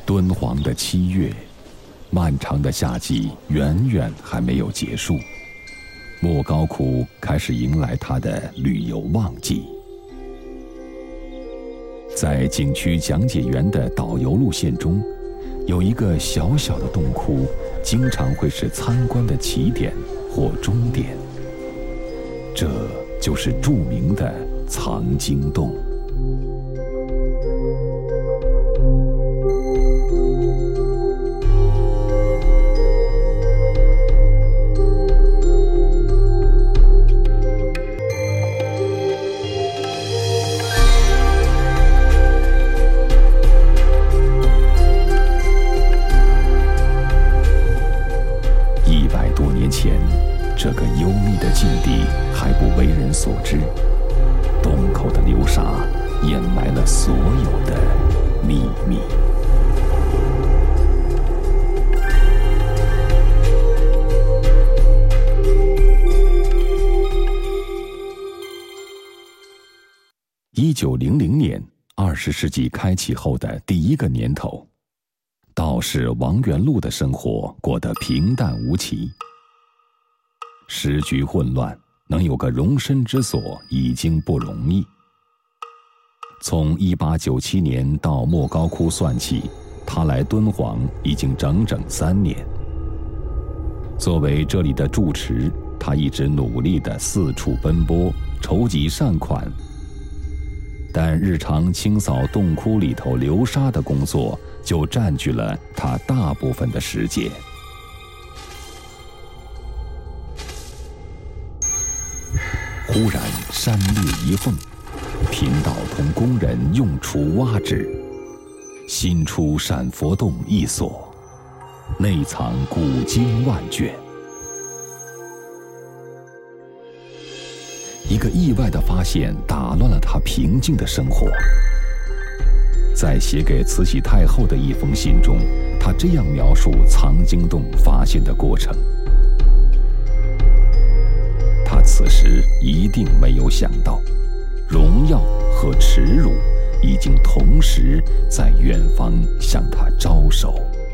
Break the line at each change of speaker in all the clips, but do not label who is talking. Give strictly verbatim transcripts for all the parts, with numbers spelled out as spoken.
敦煌的七月，漫长的夏季远远还没有结束，莫高窟开始迎来它的旅游旺季。在景区讲解员的导游路线中，有一个小小的洞窟，经常会是参观的起点或终点，这就是著名的藏经洞。这个幽密的禁地还不为人所知，洞口的流沙掩埋了所有的秘密。一九零零年，二十世纪开启后的第一个年头，道士王元禄的生活过得平淡无奇。时局混乱，能有个容身之所已经不容易。从一八九七年到莫高窟算起，他来敦煌已经整整三年。作为这里的住持，他一直努力地四处奔波，筹集善款。但日常清扫洞窟里头流沙的工作，就占据了他大部分的时间。忽然山裂一缝，贫道同工人用锄挖之，新出闪佛洞一所，内藏古经万卷。一个意外的发现打乱了他平静的生活。在写给慈禧太后的一封信中，他这样描述藏经洞发现的过程。他此时一定没有想到，荣耀和耻辱已经同时在远方向他招手。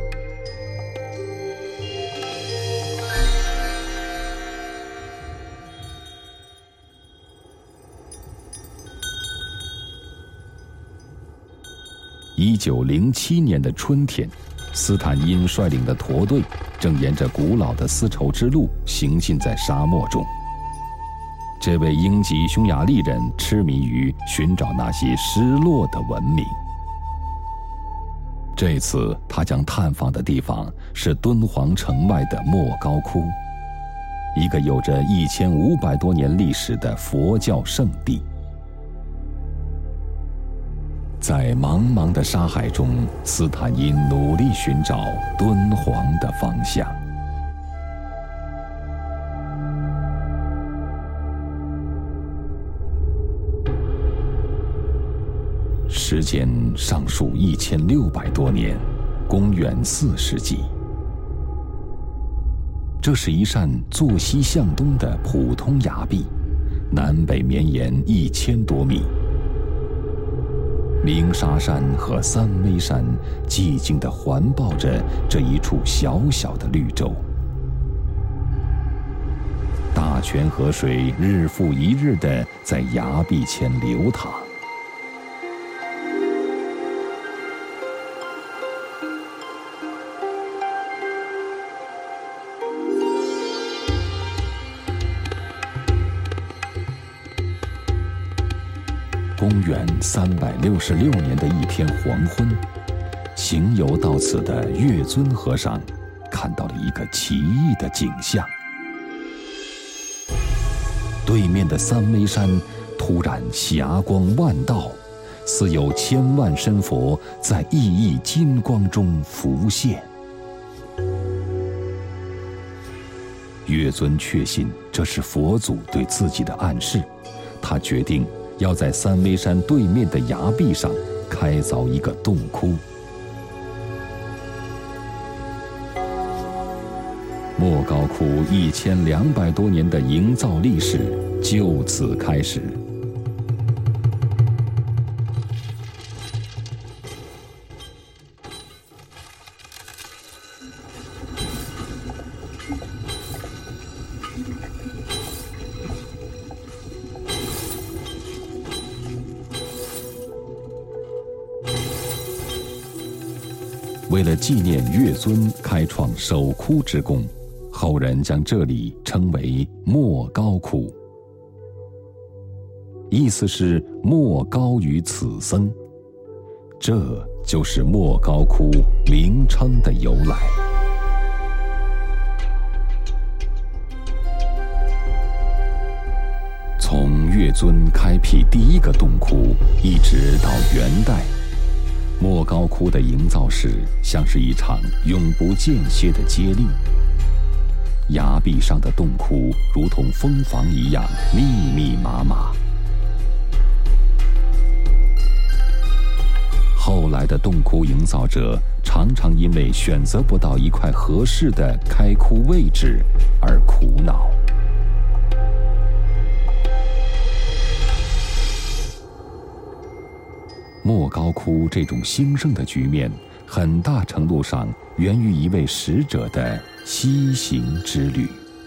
一九零七年的春天，斯坦因率领的驼队正沿着古老的丝绸之路行进在沙漠中。这位英籍匈牙利人痴迷于寻找那些失落的文明。这次他将探访的地方是敦煌城外的莫高窟，一个有着一千五百多年历史的佛教圣地。在茫茫的沙海中，斯坦因努力寻找敦煌的方向。时间上溯一千六百多年，公元四世纪。这是一扇坐西向东的普通崖壁，南北绵延一千多米。鸣沙山和三危山寂静地环抱着这一处小小的绿洲。大泉河水日复一日地在崖壁前流淌。公元三百六十六年的一天黄昏，行游到此的月尊和尚看到了一个奇异的景象。对面的三危山突然霞光万道，似有千万身佛在熠熠金光中浮现。月尊确信这是佛祖对自己的暗示，他决定要在三危山对面的崖壁上开凿一个洞窟。莫高窟一千两百多年的营造历史就此开始。 为了纪念月尊开创守窟之功，后人将这里称为莫高窟，意思是莫高于此僧，这就是莫高窟名称的由来。从月尊开辟第一个洞窟，一直到元代，莫高窟的营造史像是一场永不间歇的接力。崖壁上的洞窟如同蜂房一样密密麻麻。后来的洞窟营造者常常因为选择不到一块合适的开窟位置而苦恼。莫高窟这种兴盛的局面，很大程度上源于一位使者的西行之旅。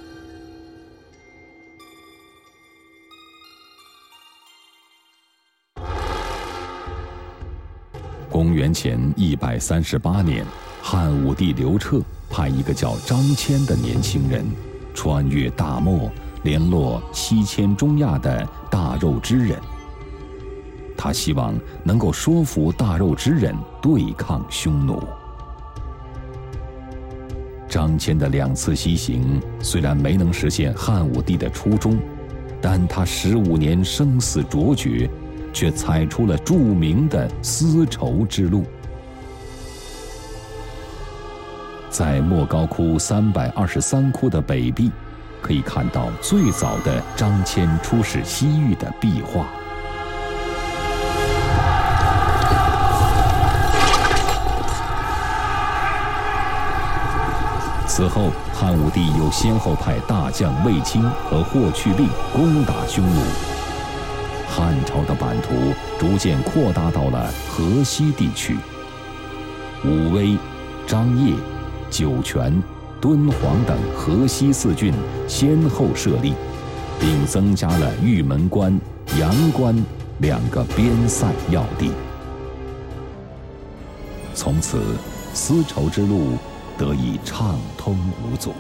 公元前一百三十八年，汉武帝刘彻派一个叫张骞的年轻人，穿越大漠，联络西迁中亚的大肉之人。他希望能够说服大肉之人对抗匈奴。张骞的两次西行虽然没能实现汉武帝的初衷，但他十五年生死卓绝，却踩出了著名的丝绸之路。在莫高窟三百二十三窟的北壁，可以看到最早的张骞出使西域的壁画。此后，汉武帝又先后派大将卫青和霍去病攻打匈奴，汉朝的版图逐渐扩大到了河西地区。武威、张掖、酒泉、敦煌等河西四郡先后设立，并增加了玉门关、阳关两个边塞要地。从此，丝绸之路得以畅通无阻。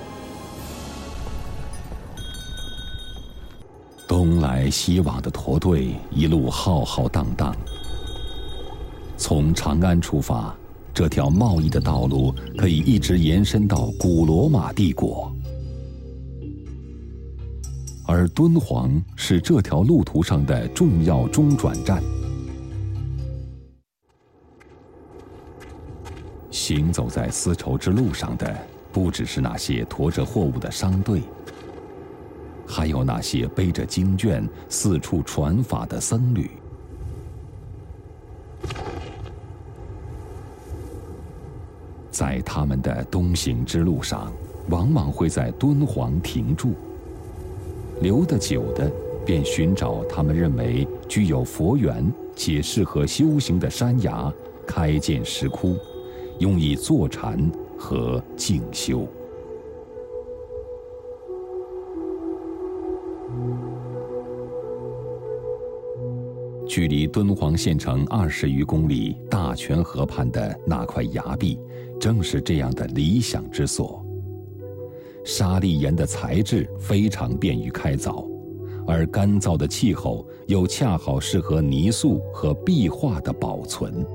东来西往的驼队一路浩浩荡荡。从长安出发，这条贸易的道路可以一直延伸到古罗马帝国，而敦煌是这条路途上的重要中转站。行走在丝绸之路上的，不只是那些驮着货物的商队，还有那些背着经卷四处传法的僧侣。在他们的东行之路上，往往会在敦煌停住，留得久的便寻找他们认为具有佛缘且适合修行的山崖，开建石窟，用以坐禅和静修。距离敦煌县城二十余公里大泉河畔的那块崖壁，正是这样的理想之所。砂砾岩的材质非常便于开凿，而干燥的气候又恰好适合泥塑和壁画的保存。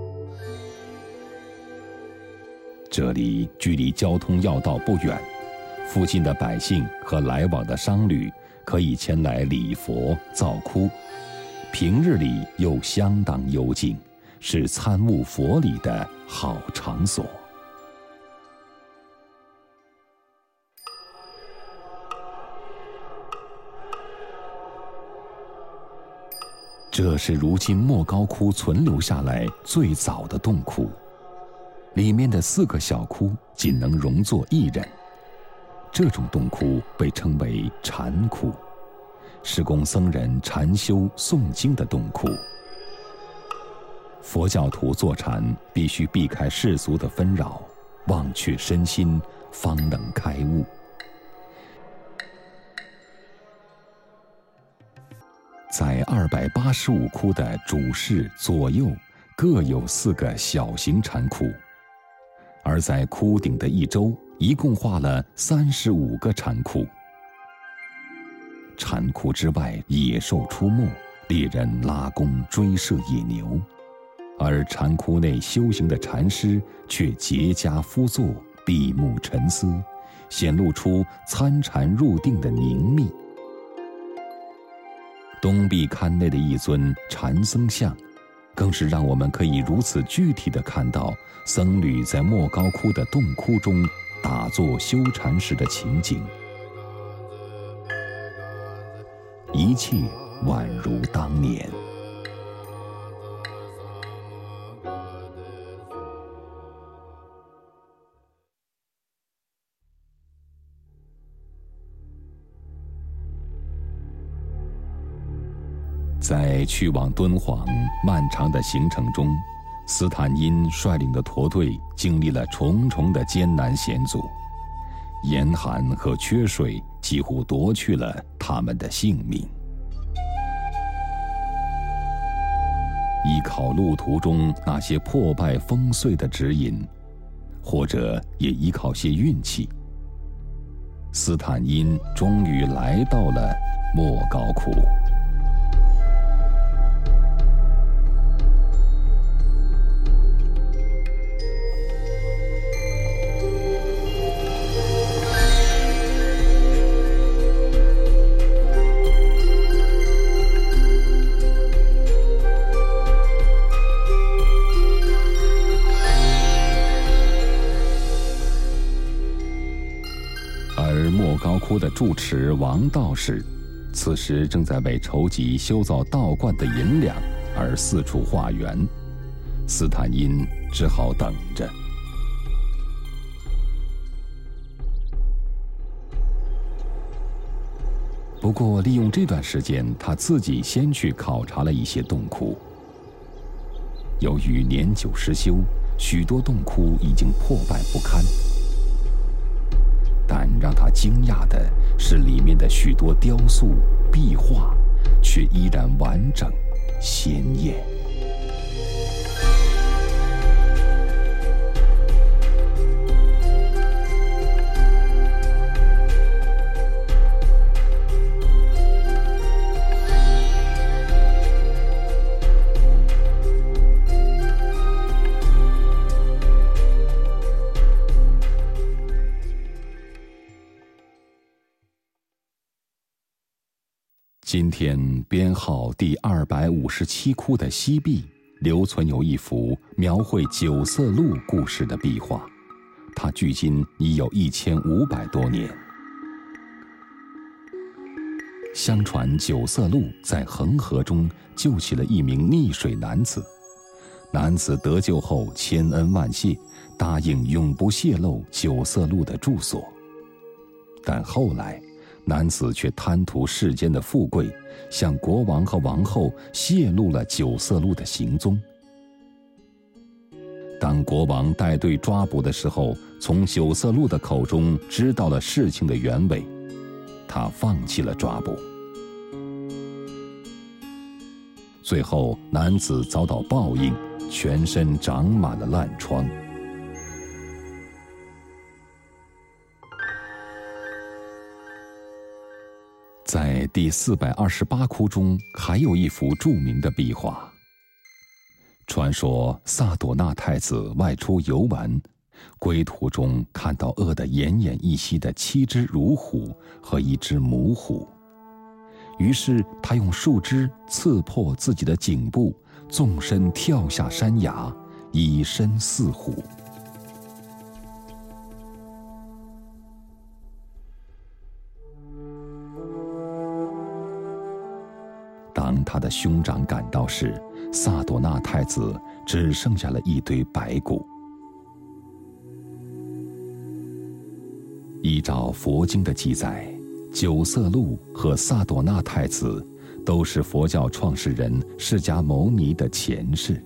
这里距离交通要道不远，附近的百姓和来往的商旅可以前来礼佛造窟，平日里又相当幽静，是参悟佛理的好场所。这是如今莫高窟存留下来最早的洞窟，里面的四个小窟仅能容坐一人。这种洞窟被称为禅窟，是供僧人禅修诵经的洞窟。佛教徒坐禅必须避开世俗的纷扰，忘却身心，方能开悟。在二百八十五窟的主室左右各有四个小型禅窟， 而在窟顶的一周，一共画了三十五个禅窟。禅窟之外，野兽出没，猎人拉弓追射野牛，而禅窟内修行的禅师却结跏趺坐，闭目沉思，显露出参禅入定的凝密。东壁龛内的一尊禅僧像，更是让我们可以如此具体地看到僧侣在莫高窟的洞窟中打坐修禅时的情景。一切宛如当年。在去往敦煌漫长的行程中，斯坦因率领的驼队经历了重重的艰难险阻，严寒和缺水几乎夺去了他们的性命。依靠路途中那些破败风碎的指引，或者也依靠些运气，斯坦因终于来到了莫高窟。莫高窟的住持王道士，此时正在为筹集修造道观的银两而四处化缘，斯坦因只好等着。不过，利用这段时间，他自己先去考察了一些洞窟。由于年久失修，许多洞窟已经破败不堪。但让他惊讶的是，里面的许多雕塑、壁画却依然完整、鲜艳。今天编号第二百五十七窟的西壁留存有一幅描绘九色鹿故事的壁画，它距今已有一千五百多年。相传九色鹿在恒河中救起了一名溺水男子，男子得救后千恩万谢，答应永不泄露九色鹿的住所。但后来男子却贪图世间的富贵，向国王和王后泄露了九色鹿的行踪。当国王带队抓捕的时候，从九色鹿的口中知道了事情的原委，他放弃了抓捕。最后，男子遭到报应，全身长满了烂疮。在第四百二十八窟中，还有一幅著名的壁画。传说萨朵纳太子外出游玩，归途中看到饿得奄奄一息的七只乳虎和一只母虎，于是他用树枝刺破自己的颈部，纵身跳下山崖，以身饲虎。当他的兄长赶到时，萨朵纳太子只剩下了一堆白骨。依照佛经的记载，九色鹿和萨朵纳太子都是佛教创始人释迦牟尼的前世。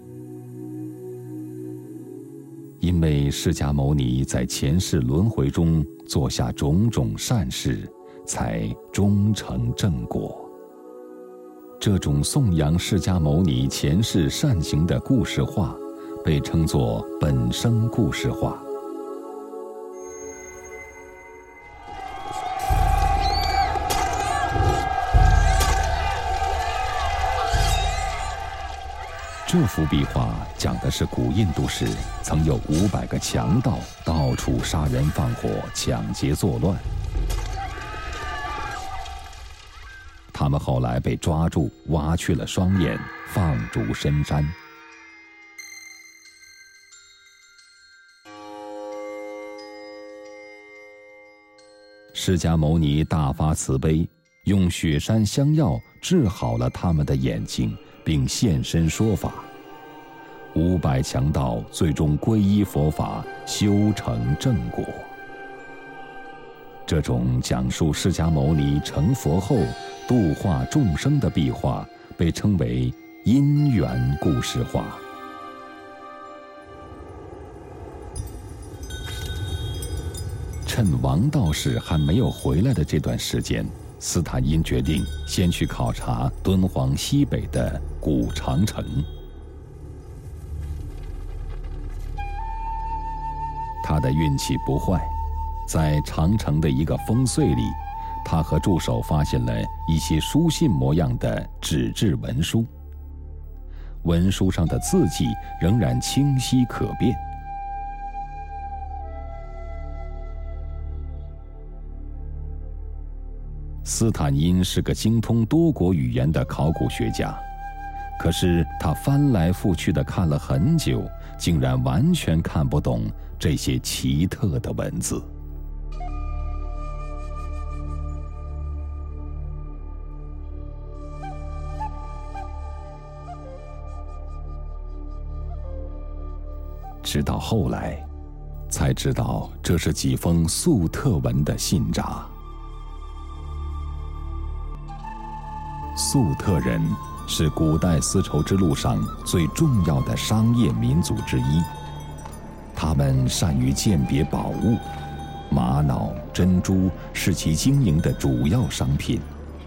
因为释迦牟尼在前世轮回中做下种种善事，才终成正果。这种颂扬释迦牟尼前世善行的故事画，被称作本生故事画。 这幅壁画讲的是古印度时曾有五百个强盗到处杀人放火、抢劫作乱，他们后来被抓住，挖去了双眼，放逐深山。释迦牟尼大发慈悲，用雪山香药治好了他们的眼睛，并现身说法。五百强盗最终皈依佛法，修成正果。这种讲述释迦牟尼成佛后度化众生的壁画，被称为因缘故事画。趁王道士还没有回来的这段时间，斯坦因决定先去考察敦煌西北的古长城。他的运气不坏，在长城的一个烽燧里，他和助手发现了一些书信模样的纸质文书，文书上的字迹仍然清晰可辨。斯坦因是个精通多国语言的考古学家，可是他翻来覆去地看了很久，竟然完全看不懂这些奇特的文字。直到后来，才知道这是几封粟特文的信札。粟特人是古代丝绸之路上最重要的商业民族之一，他们善于鉴别宝物，玛瑙、珍珠是其经营的主要商品。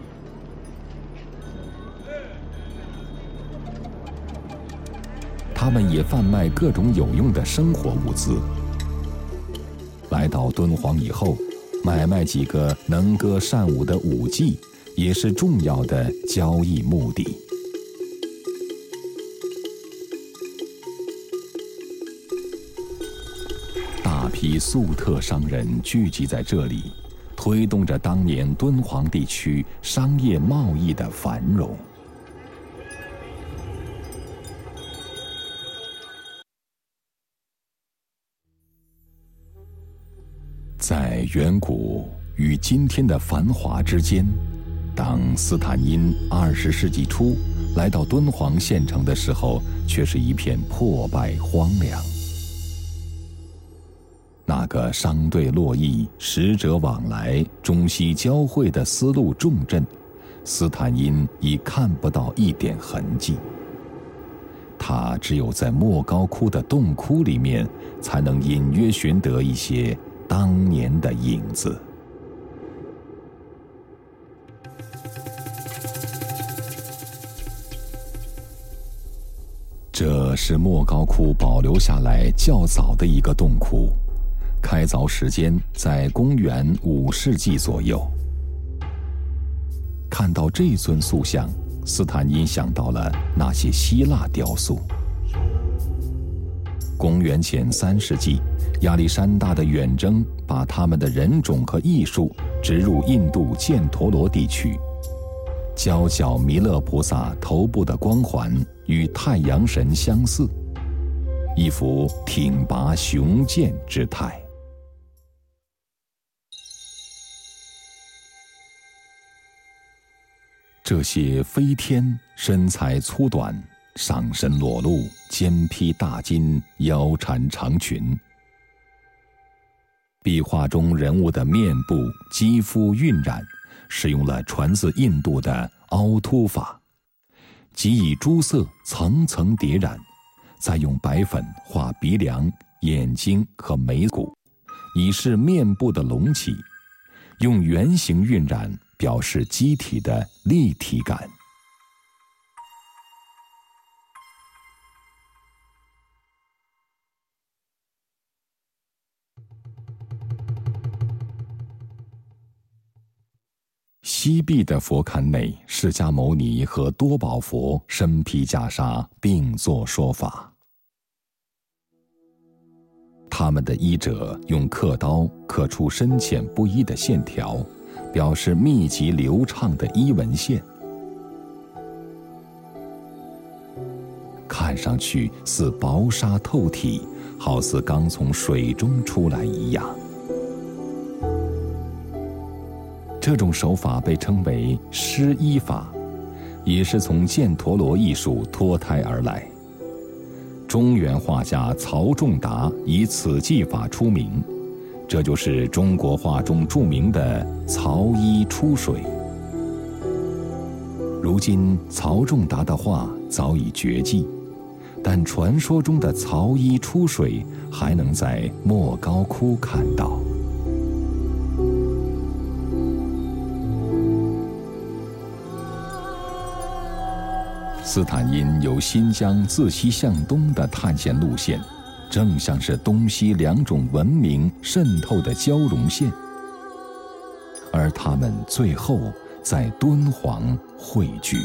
他们也贩卖各种有用的生活物资。来到敦煌以后，买卖几个能歌善舞的舞伎也是重要的交易目的。大批粟特商人聚集在这里，推动着当年敦煌地区商业贸易的繁荣。在远古与今天的繁华之间，当斯坦因二十世纪初来到敦煌县城的时候，却是一片破败荒凉。那个商队络绎、使者往来、中西交汇的丝路重镇，斯坦因已看不到一点痕迹。他只有在莫高窟的洞窟里面，才能隐约寻得一些当年的影子。这是莫高窟保留下来较早的一个洞窟，开凿时间在公元五世纪左右。看到这尊塑像，斯坦因想到了那些希腊雕塑。公元前三世纪，亚历山大的远征把他们的人种和艺术植入印度犍陀罗地区。交角弥勒菩萨头部的光环与太阳神相似，一副挺拔雄健之态。这些飞天身材粗短，上身裸露，肩披大襟，腰缠长裙。壁画中人物的面部、肌肤晕染使用了传自印度的凹凸法，即以朱色层层叠染，再用白粉画鼻梁、眼睛和眉骨，以示面部的隆起，用圆形晕染表示机体的立体感。 西壁的佛龛内，释迦牟尼和多宝佛身披袈裟，并作说法。他们的衣褶用刻刀刻出深浅不一的线条，表示密集流畅的衣纹线，看上去似薄纱透体，好似刚从水中出来一样。这种手法被称为施衣法，也是从犍陀罗艺术脱胎而来。中原画家曹仲达以此技法出名，这就是中国画中著名的曹衣出水。如今曹仲达的画早已绝迹，但传说中的曹衣出水还能在莫高窟看到。斯坦因由新疆自西向东的探险路线，正像是东西两种文明渗透的交融线，而他们最后在敦煌汇聚。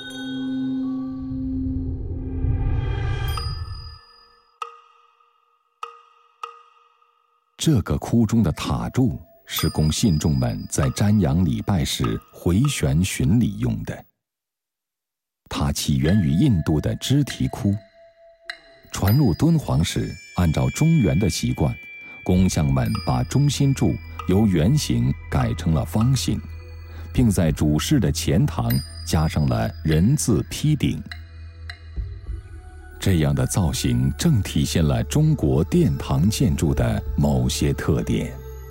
这个窟中的塔柱是供信众们在瞻仰礼拜时回旋巡礼用的。它起源于印度的支提窟，传入敦煌时，按照中原的习惯，工匠们把中心柱由圆形改成了方形，并在主室的前堂加上了人字批顶。这样的造型正体现了中国殿堂建筑的某些特点。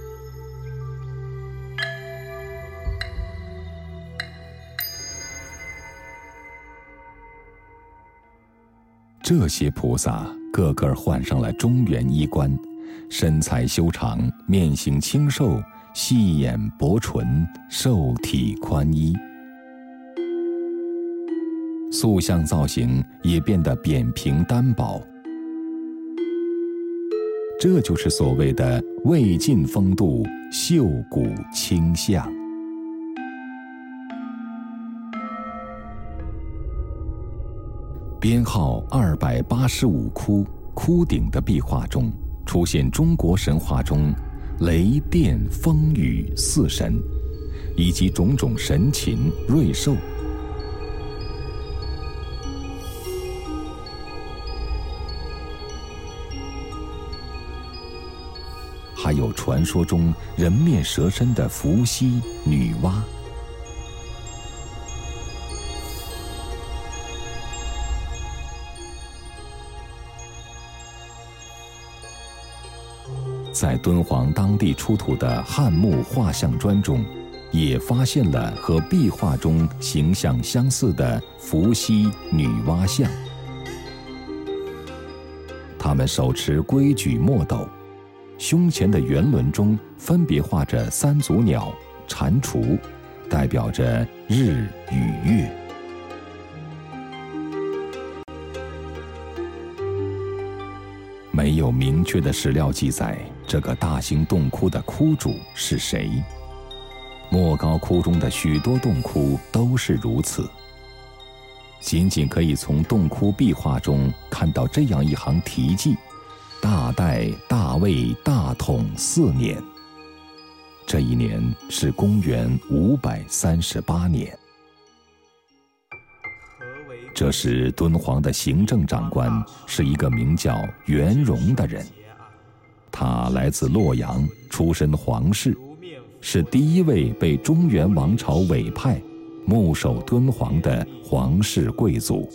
这些菩萨个个换上了中原衣冠，身材修长，面型清瘦，细眼薄唇，瘦体宽衣。塑像造型也变得扁平单薄，这就是所谓的魏晋风度，秀骨清相。编号二百八十五窟窟顶的壁画中，出现中国神话中雷电风雨四神，以及种种神禽瑞兽。还有传说中人面蛇身的伏羲女娲。在敦煌当地出土的汉墓画像砖中，也发现了和壁画中形象相似的伏羲女娲像。他们手持规矩墨斗，胸前的圆轮中分别画着三足鸟、蟾蜍，代表着日与月。没有明确的史料记载这个大型洞窟的窟主是谁。莫高窟中的许多洞窟都是如此，仅仅可以从洞窟壁画中看到这样一行题记：大代大魏大统四年。这一年是公元五百三十八年。这时敦煌的行政长官是一个名叫袁荣的人，他来自洛阳，出身皇室，是第一位被中原王朝委派牧守敦煌的皇室贵族。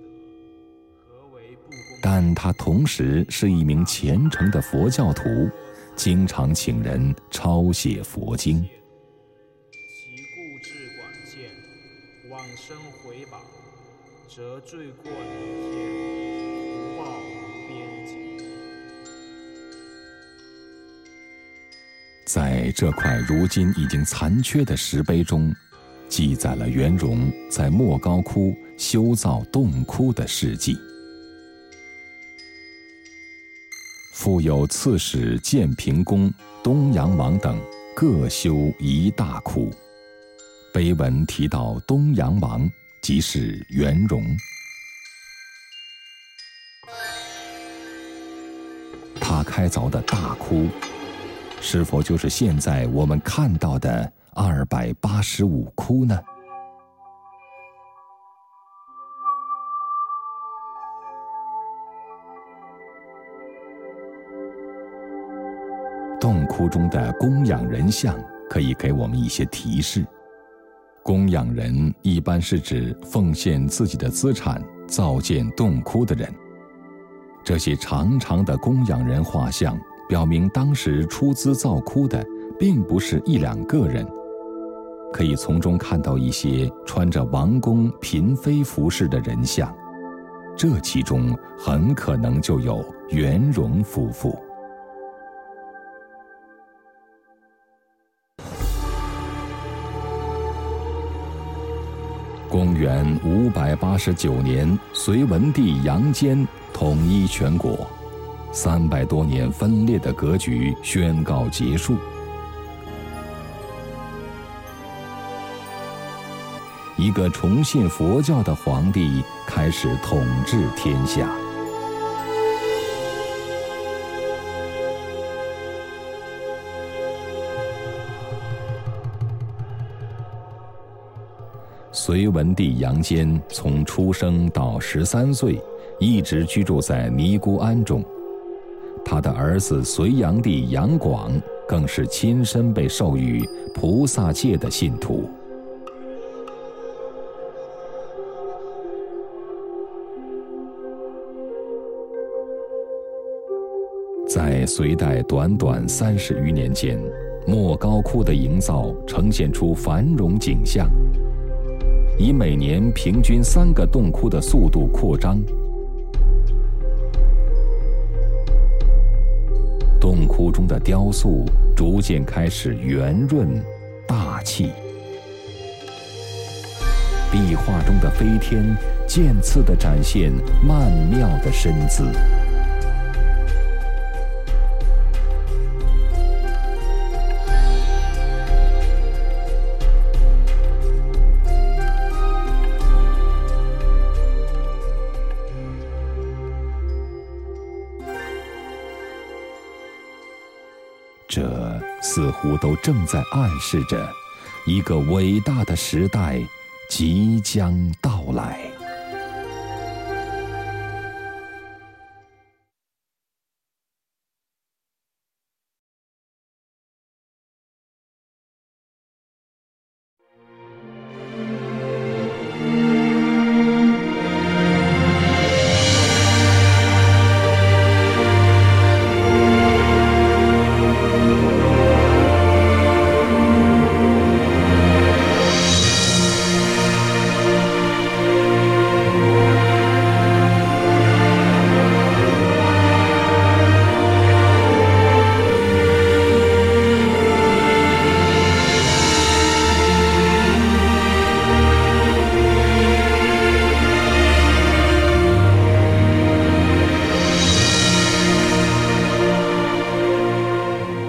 但他同时是一名虔诚的佛教徒，经常请人抄写佛经。
其故至管见，往生回榜，则罪过弥天，福报无边际。
在这块如今已经残缺的石碑中，记载了袁荣在莫高窟修造洞窟的事迹。复有刺史建平公、东阳王等各修一大窟， 碑文提到东阳王，即是元荣。他开凿的大窟，是否就是现在我们看到的二百八十五窟呢？洞窟中的供养人像可以给我们一些提示。供养人一般是指奉献自己的资产造建洞窟的人。这些长长的供养人画像表明当时出资造窟的并不是一两个人，可以从中看到一些穿着王公嫔妃服饰的人像，这其中很可能就有元荣夫妇。公元五百八十九年，隋文帝杨坚统一全国，三百多年分裂的格局宣告结束。一个崇信佛教的皇帝开始统治天下。隋文帝杨坚从出生到十三岁，一直居住在尼姑庵中。他的儿子隋炀帝杨广更是亲身被授予菩萨戒的信徒。在隋代短短三十余年间，莫高窟的营造呈现出繁荣景象。以每年平均三个洞窟的速度扩张，洞窟中的雕塑逐渐开始圆润大气，壁画中的飞天渐次地展现曼妙的身姿。这似乎都正在暗示着一个伟大的时代即将到来。